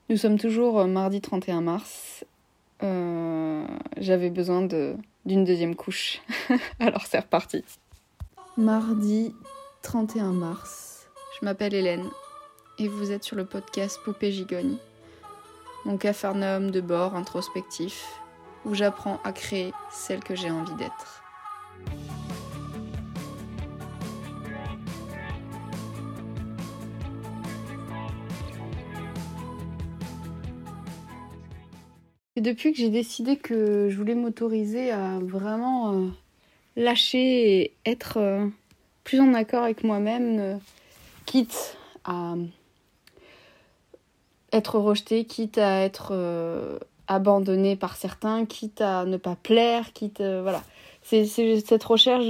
Nous sommes toujours mardi 31 mars. J'avais besoin d'une deuxième couche. Alors c'est reparti. Mardi 31 mars. Je m'appelle Hélène et vous êtes sur le podcast Poupée Gigogne, mon capharnaüm de bord introspectif où j'apprends à créer celle que j'ai envie d'être. Et depuis que j'ai décidé que je voulais m'autoriser à vraiment lâcher et être plus en accord avec moi-même, quitte à être rejetée, quitte à être abandonnée par certains, quitte à ne pas plaire, voilà. C'est cette recherche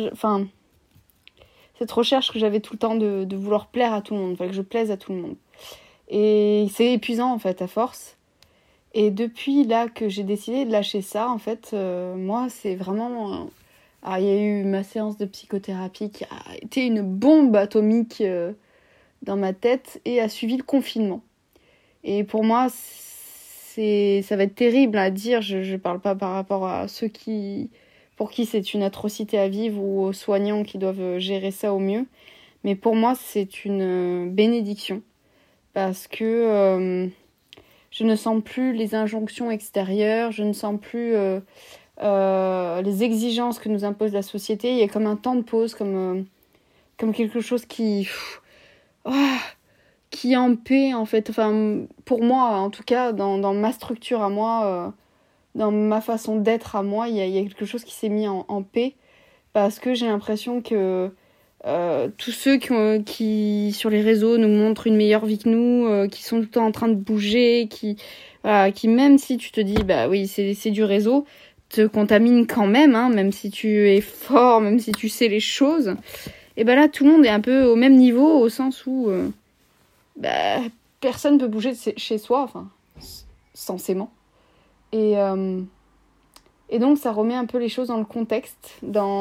que j'avais tout le temps de vouloir plaire à tout le monde, enfin, que je plaise à tout le monde. Et c'est épuisant en fait à force. Et depuis là que j'ai décidé de lâcher ça, en fait, moi c'est vraiment... Alors, il y a eu ma séance de psychothérapie qui a été une bombe atomique dans ma tête et a suivi le confinement. Et pour moi, ça va être terrible à dire, je parle pas par rapport à ceux pour qui c'est une atrocité à vivre ou aux soignants qui doivent gérer ça au mieux. Mais pour moi, c'est une bénédiction parce que je ne sens plus les injonctions extérieures, je ne sens plus les exigences que nous impose la société. Il y a comme un temps de pause, comme quelque chose qui est en paix en fait. Enfin, pour moi, en tout cas, dans ma structure à moi, dans ma façon d'être à moi, il y a quelque chose qui s'est mis en paix parce que j'ai l'impression que tous ceux qui sur les réseaux nous montrent une meilleure vie que nous, qui sont tout le temps en train de bouger, qui même si tu te dis bah oui c'est du réseau, te contaminent quand même, hein, même si tu es fort, même si tu sais les choses. Et ben là tout le monde est un peu au même niveau au sens où personne peut bouger de chez soi, enfin censément. Et donc ça remet un peu les choses dans le contexte,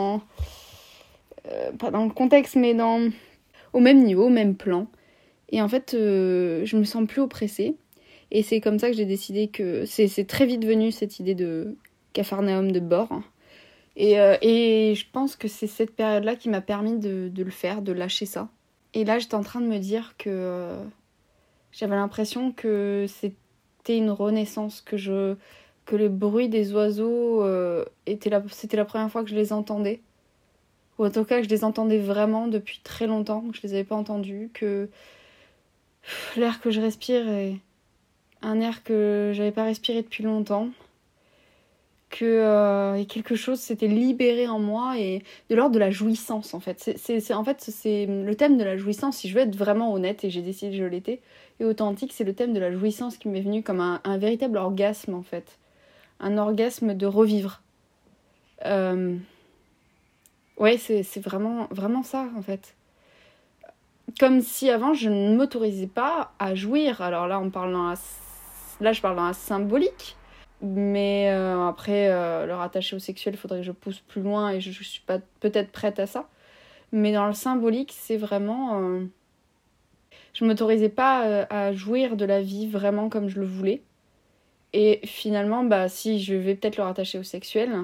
pas dans le contexte, mais au même niveau, au même plan. Et en fait, je me sens plus oppressée. Et c'est comme ça que j'ai décidé que... C'est très vite venu, cette idée de capharnaüm de bord. Et je pense que c'est cette période-là qui m'a permis de le faire, de lâcher ça. Et là, j'étais en train de me dire que j'avais l'impression que c'était une renaissance, que le bruit des oiseaux, c'était la première fois que je les entendais. Ou en tout cas que je les entendais vraiment depuis très longtemps, que je les avais pas entendus, que l'air que je respire est un air que j'avais pas respiré depuis longtemps, que et quelque chose s'était libéré en moi et de l'ordre de la jouissance en fait. C'est le thème de la jouissance, si je veux être vraiment honnête, et j'ai décidé que je l'étais, et authentique, c'est le thème de la jouissance qui m'est venu comme un véritable orgasme en fait. Un orgasme de revivre. Ouais, c'est vraiment, vraiment ça, en fait. Comme si avant, je ne m'autorisais pas à jouir. Alors là, là je parle dans la symbolique. Mais après, le rattacher au sexuel, il faudrait que je pousse plus loin et je suis pas peut-être prête à ça. Mais dans le symbolique, c'est vraiment... je m'autorisais pas à jouir de la vie vraiment comme je le voulais. Et finalement, si, je vais peut-être le rattacher au sexuel...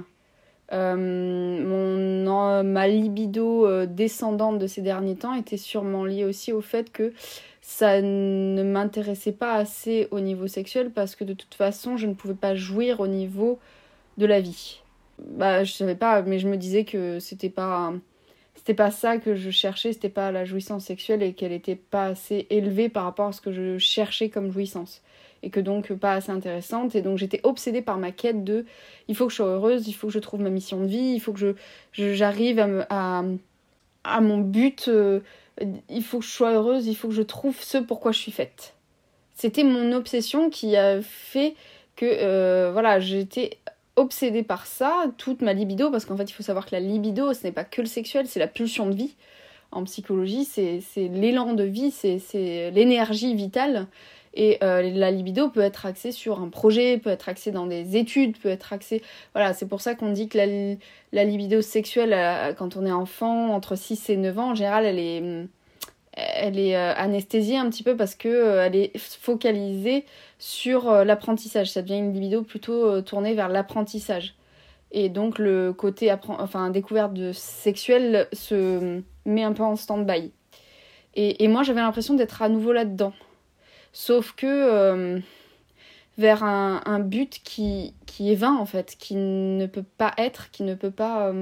ma libido descendante de ces derniers temps était sûrement liée aussi au fait que ça ne m'intéressait pas assez au niveau sexuel parce que de toute façon je ne pouvais pas jouir au niveau de la vie. Je savais pas, mais je me disais que c'était pas ça que je cherchais, c'était pas la jouissance sexuelle et qu'elle était pas assez élevée par rapport à ce que je cherchais comme jouissance. Et que donc pas assez intéressante. Et donc j'étais obsédée par ma quête de il faut que je sois heureuse, il faut que je trouve ma mission de vie, il faut que j'arrive à mon but, il faut que je sois heureuse, il faut que je trouve ce pourquoi je suis faite. C'était mon obsession qui a fait que j'étais obsédée par ça, toute ma libido, parce qu'en fait il faut savoir que la libido ce n'est pas que le sexuel, c'est la pulsion de vie. En psychologie, c'est l'élan de vie, c'est l'énergie vitale. Et la libido peut être axée sur un projet, peut être axée dans des études, peut être axée... Voilà, c'est pour ça qu'on dit que la libido sexuelle, quand on est enfant, entre 6 et 9 ans, en général, elle est anesthésiée un petit peu parce que elle est focalisée sur l'apprentissage. Ça devient une libido plutôt tournée vers l'apprentissage. Et donc le côté découverte sexuelle se met un peu en stand-by. Et moi j'avais l'impression d'être à nouveau là-dedans. Sauf que vers un but qui est vain en fait, qui ne peut pas être, qui ne peut pas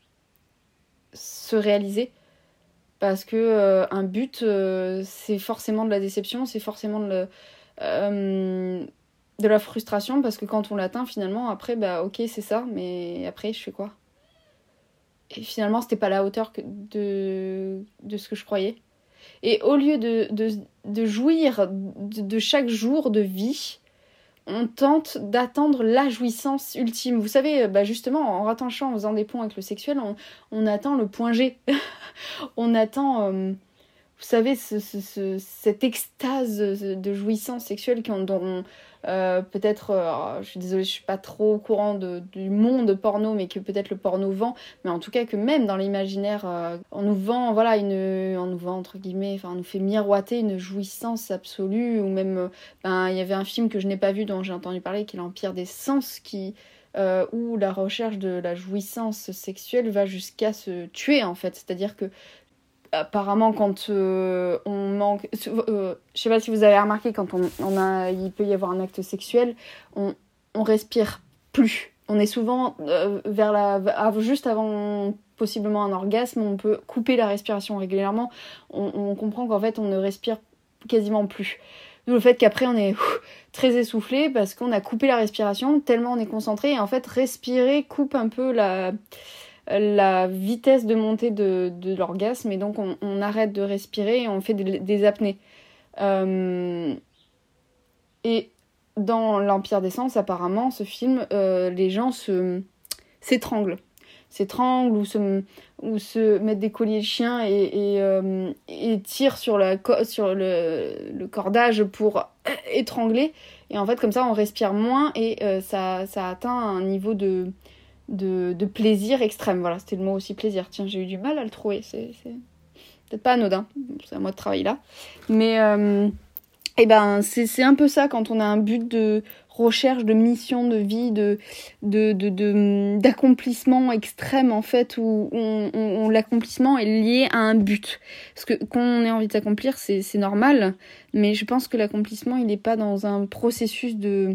se réaliser. Parce que un but, c'est forcément de la déception, c'est forcément de la frustration, parce que quand on l'atteint, finalement, après, ok, c'est ça, mais après, je fais quoi? Et finalement, c'était pas à la hauteur de ce que je croyais. Et au lieu de jouir de chaque jour de vie, on tente d'atteindre la jouissance ultime. Vous savez, justement, en rattachant, en faisant des ponts avec le sexuel, on atteint le point G. On attend, vous savez, cette extase de jouissance sexuelle dont peut-être, je suis désolée, je suis pas trop au courant du monde porno, mais que peut-être le porno vend, mais en tout cas que même dans l'imaginaire, on nous vend, voilà, on nous vend entre guillemets, enfin, on nous fait miroiter une jouissance absolue, ou même, il y avait un film que je n'ai pas vu, dont j'ai entendu parler, qui est l'Empire des Sens, où la recherche de la jouissance sexuelle va jusqu'à se tuer en fait, c'est-à-dire que apparemment quand on manque, je sais pas si vous avez remarqué, quand il peut y avoir un acte sexuel, on respire plus, on est souvent juste avant possiblement un orgasme, on peut couper la respiration régulièrement, on comprend qu'en fait on ne respire quasiment plus. D'où le fait qu'après on est très essoufflé parce qu'on a coupé la respiration, tellement on est concentré, et en fait respirer coupe un peu la vitesse de montée de l'orgasme, et donc on arrête de respirer et on fait des apnées. Et dans l'Empire des Sens, apparemment, ce film, les gens s'étranglent ou se mettent des colliers de chien et tirent sur le cordage pour étrangler. Et en fait, comme ça, on respire moins, et ça atteint un niveau de plaisir extrême. Voilà, c'était le mot aussi, plaisir. Tiens, j'ai eu du mal à le trouver. C'est peut-être pas anodin. C'est à moi de travailler là. Mais c'est un peu ça quand on a un but de recherche, de mission, de vie, d'accomplissement extrême en fait, où l'accomplissement est lié à un but. Parce que qu'on ait envie de s'accomplir, c'est normal, mais je pense que l'accomplissement, il n'est pas dans un processus de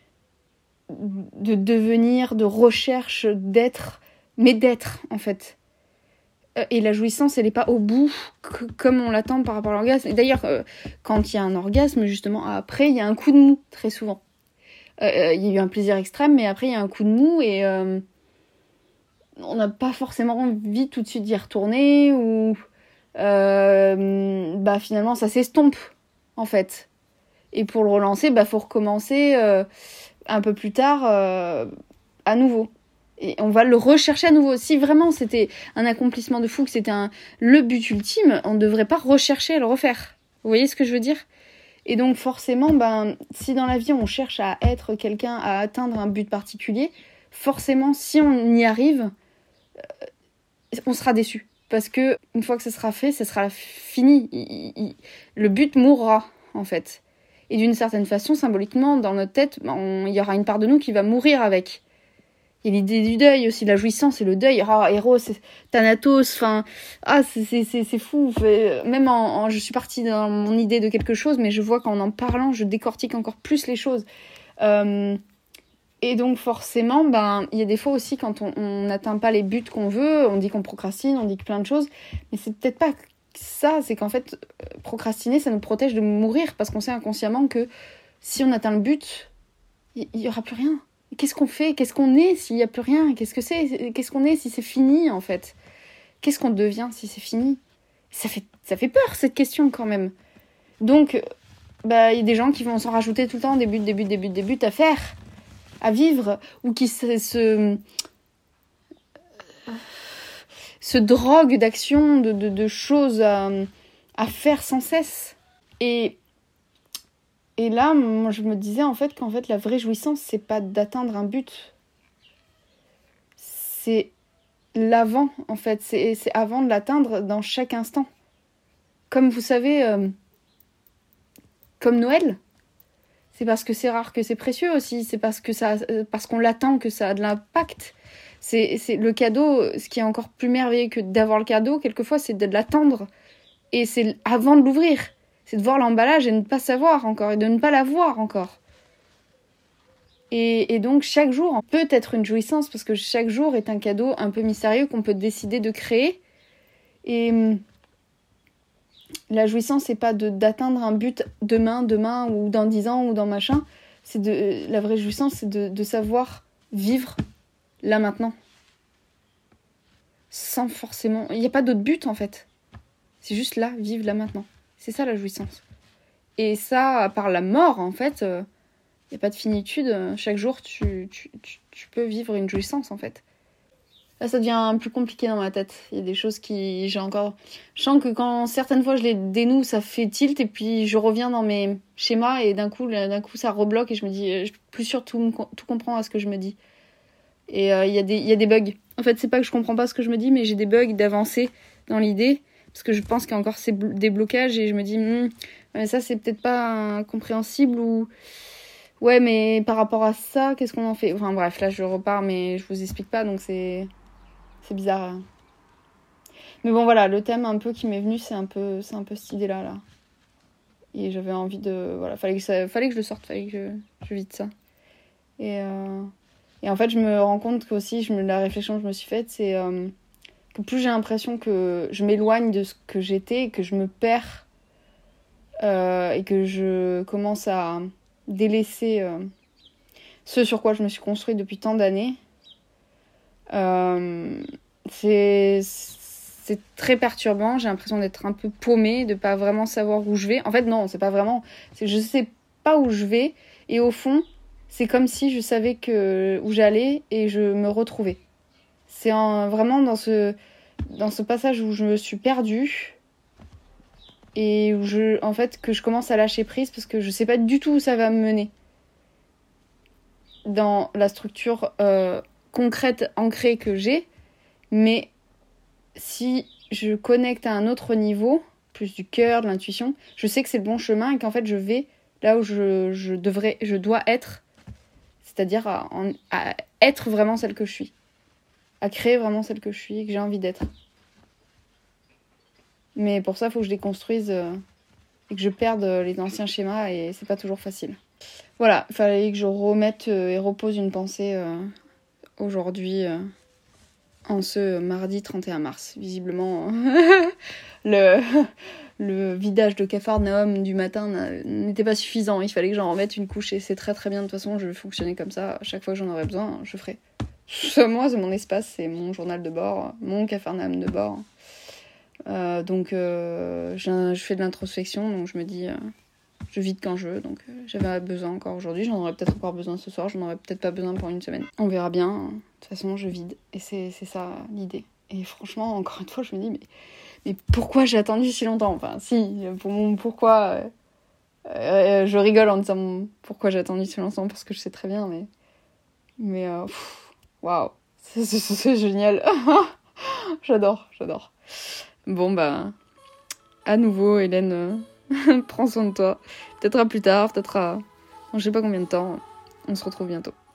devenir, de recherche, d'être, mais d'être en fait. Et la jouissance, elle n'est pas au bout comme on l'attend par rapport à l'orgasme. Et d'ailleurs, quand il y a un orgasme, justement, après, il y a un coup de mou, très souvent. Il y a eu un plaisir extrême, mais après, il y a un coup de mou, et on n'a pas forcément envie tout de suite d'y retourner, ou finalement, ça s'estompe, en fait. Et pour le relancer, faut recommencer un peu plus tard à nouveau. Et on va le rechercher à nouveau. Si vraiment c'était un accomplissement de fou, que c'était le but ultime, on ne devrait pas rechercher à le refaire. Vous voyez ce que je veux dire ? Et donc forcément, si dans la vie on cherche à être quelqu'un, à atteindre un but particulier, forcément si on y arrive, on sera déçu. Parce que une fois que ce sera fait, ce sera fini. Le but mourra en fait. Et d'une certaine façon, symboliquement, dans notre tête, il y aura une part de nous qui va mourir avec. Il y a l'idée du deuil aussi, la jouissance et le deuil. Héros, Thanatos, c'est fou. Même je suis partie dans mon idée de quelque chose, mais je vois qu'en en parlant, je décortique encore plus les choses. Et donc forcément, il y a des fois aussi quand on n'atteint pas les buts qu'on veut, on dit qu'on procrastine, on dit que plein de choses, mais c'est peut-être pas ça, c'est qu'en fait, procrastiner, ça nous protège de mourir, parce qu'on sait inconsciemment que si on atteint le but, il y aura plus rien. Qu'est-ce qu'on fait ? Qu'est-ce qu'on est s'il n'y a plus rien ? Qu'est-ce qu'on est si c'est fini, en fait ? Qu'est-ce qu'on devient si c'est fini ? Ça fait peur, cette question, quand même. Donc, il y a des gens qui vont s'en rajouter tout le temps des buts à faire, à vivre, ou qui se droguent d'actions, de choses à faire sans cesse. Et là, moi, je me disais en fait qu'en fait, la vraie jouissance, c'est pas d'atteindre un but. C'est l'avant, en fait. C'est avant de l'atteindre dans chaque instant. comme vous savez, comme Noël, c'est parce que c'est rare que c'est précieux aussi. C'est parce qu'on l'attend que ça a de l'impact. C'est le cadeau, ce qui est encore plus merveilleux que d'avoir le cadeau, quelquefois, c'est de l'attendre. Et c'est avant de l'ouvrir. C'est de voir l'emballage et de ne pas savoir encore, et de ne pas l'avoir encore. Et donc, chaque jour peut être une jouissance, parce que chaque jour est un cadeau un peu mystérieux qu'on peut décider de créer. Et la jouissance, c'est pas d'atteindre un but demain, ou dans 10 ans, ou dans machin. La vraie jouissance, c'est de savoir vivre là, maintenant. Sans forcément... Il n'y a pas d'autre but, en fait. C'est juste là, vivre là, maintenant. C'est ça, la jouissance. Et ça, à part la mort, en fait, il n'y a pas de finitude. Chaque jour, tu peux vivre une jouissance, en fait. Là, ça devient plus compliqué dans ma tête. Il y a des choses qui... Je sens que quand certaines fois je les dénoue, ça fait tilt, et puis je reviens dans mes schémas, et d'un coup ça rebloque, et je me dis... Je peux plus sûr tout comprendre à ce que je me dis. Et il y a des bugs. En fait, c'est pas que je comprends pas ce que je me dis, mais j'ai des bugs d'avancée dans l'idée, parce que je pense qu'il y a encore des blocages, et je me dis... ça, c'est peut-être pas compréhensible, ou... Ouais, mais par rapport à ça, qu'est-ce qu'on en fait ? Enfin bref, là je repars, mais je vous explique pas, donc c'est bizarre. Mais bon, voilà, le thème un peu qui m'est venu, c'est un peu cette idée-là, là. Et j'avais envie de... Voilà, fallait que je le sorte, fallait que je vide ça. Et en fait, je me rends compte qu'aussi, la réflexion que je me suis faite, c'est que plus j'ai l'impression que je m'éloigne de ce que j'étais, et que je me perds, et que je commence à délaisser ce sur quoi je me suis construite depuis tant d'années, c'est très perturbant. J'ai l'impression d'être un peu paumée, de pas vraiment savoir où je vais. En fait, non, c'est pas vraiment... C'est que je sais pas où je vais, et au fond, c'est comme si je savais où j'allais et je me retrouvais. C'est vraiment dans ce passage où je me suis perdue, et où que je commence à lâcher prise, parce que je sais pas du tout où ça va me mener. Dans la structure concrète, ancrée que j'ai, mais si je connecte à un autre niveau, plus du cœur, de l'intuition, je sais que c'est le bon chemin, et qu'en fait je vais là où je dois être, c'est-à-dire à être vraiment celle que je suis, à créer vraiment celle que je suis et que j'ai envie d'être. Mais pour ça, il faut que je déconstruise et que je perde les anciens schémas, et c'est pas toujours facile. Voilà, il fallait que je remette et repose une pensée aujourd'hui, en ce mardi 31 mars. Visiblement, le vidage de Capharnaüm du matin n'était pas suffisant. Il fallait que j'en remette une couche, et c'est très très bien. De toute façon, je vais fonctionner comme ça. À chaque fois que j'en aurai besoin, je ferai. Moi, c'est mon espace, c'est mon journal de bord, mon Capharnaüm de bord. Donc, je fais de l'introspection, donc je me dis... je vide quand je veux, donc j'avais besoin encore aujourd'hui. J'en aurais peut-être encore besoin ce soir, j'en aurais peut-être pas besoin pour une semaine. On verra bien. De toute façon, je vide. Et c'est ça l'idée. Et franchement, encore une fois, je me dis, mais pourquoi j'ai attendu si longtemps ? Enfin, si, pour mon pourquoi... je rigole en disant pourquoi j'ai attendu si longtemps, parce que je sais très bien, mais waouh, c'est génial. J'adore. Bon, bah, à nouveau, Hélène... Prends soin de toi. Peut-être à plus tard, peut-être à... je sais pas combien de temps. On se retrouve bientôt.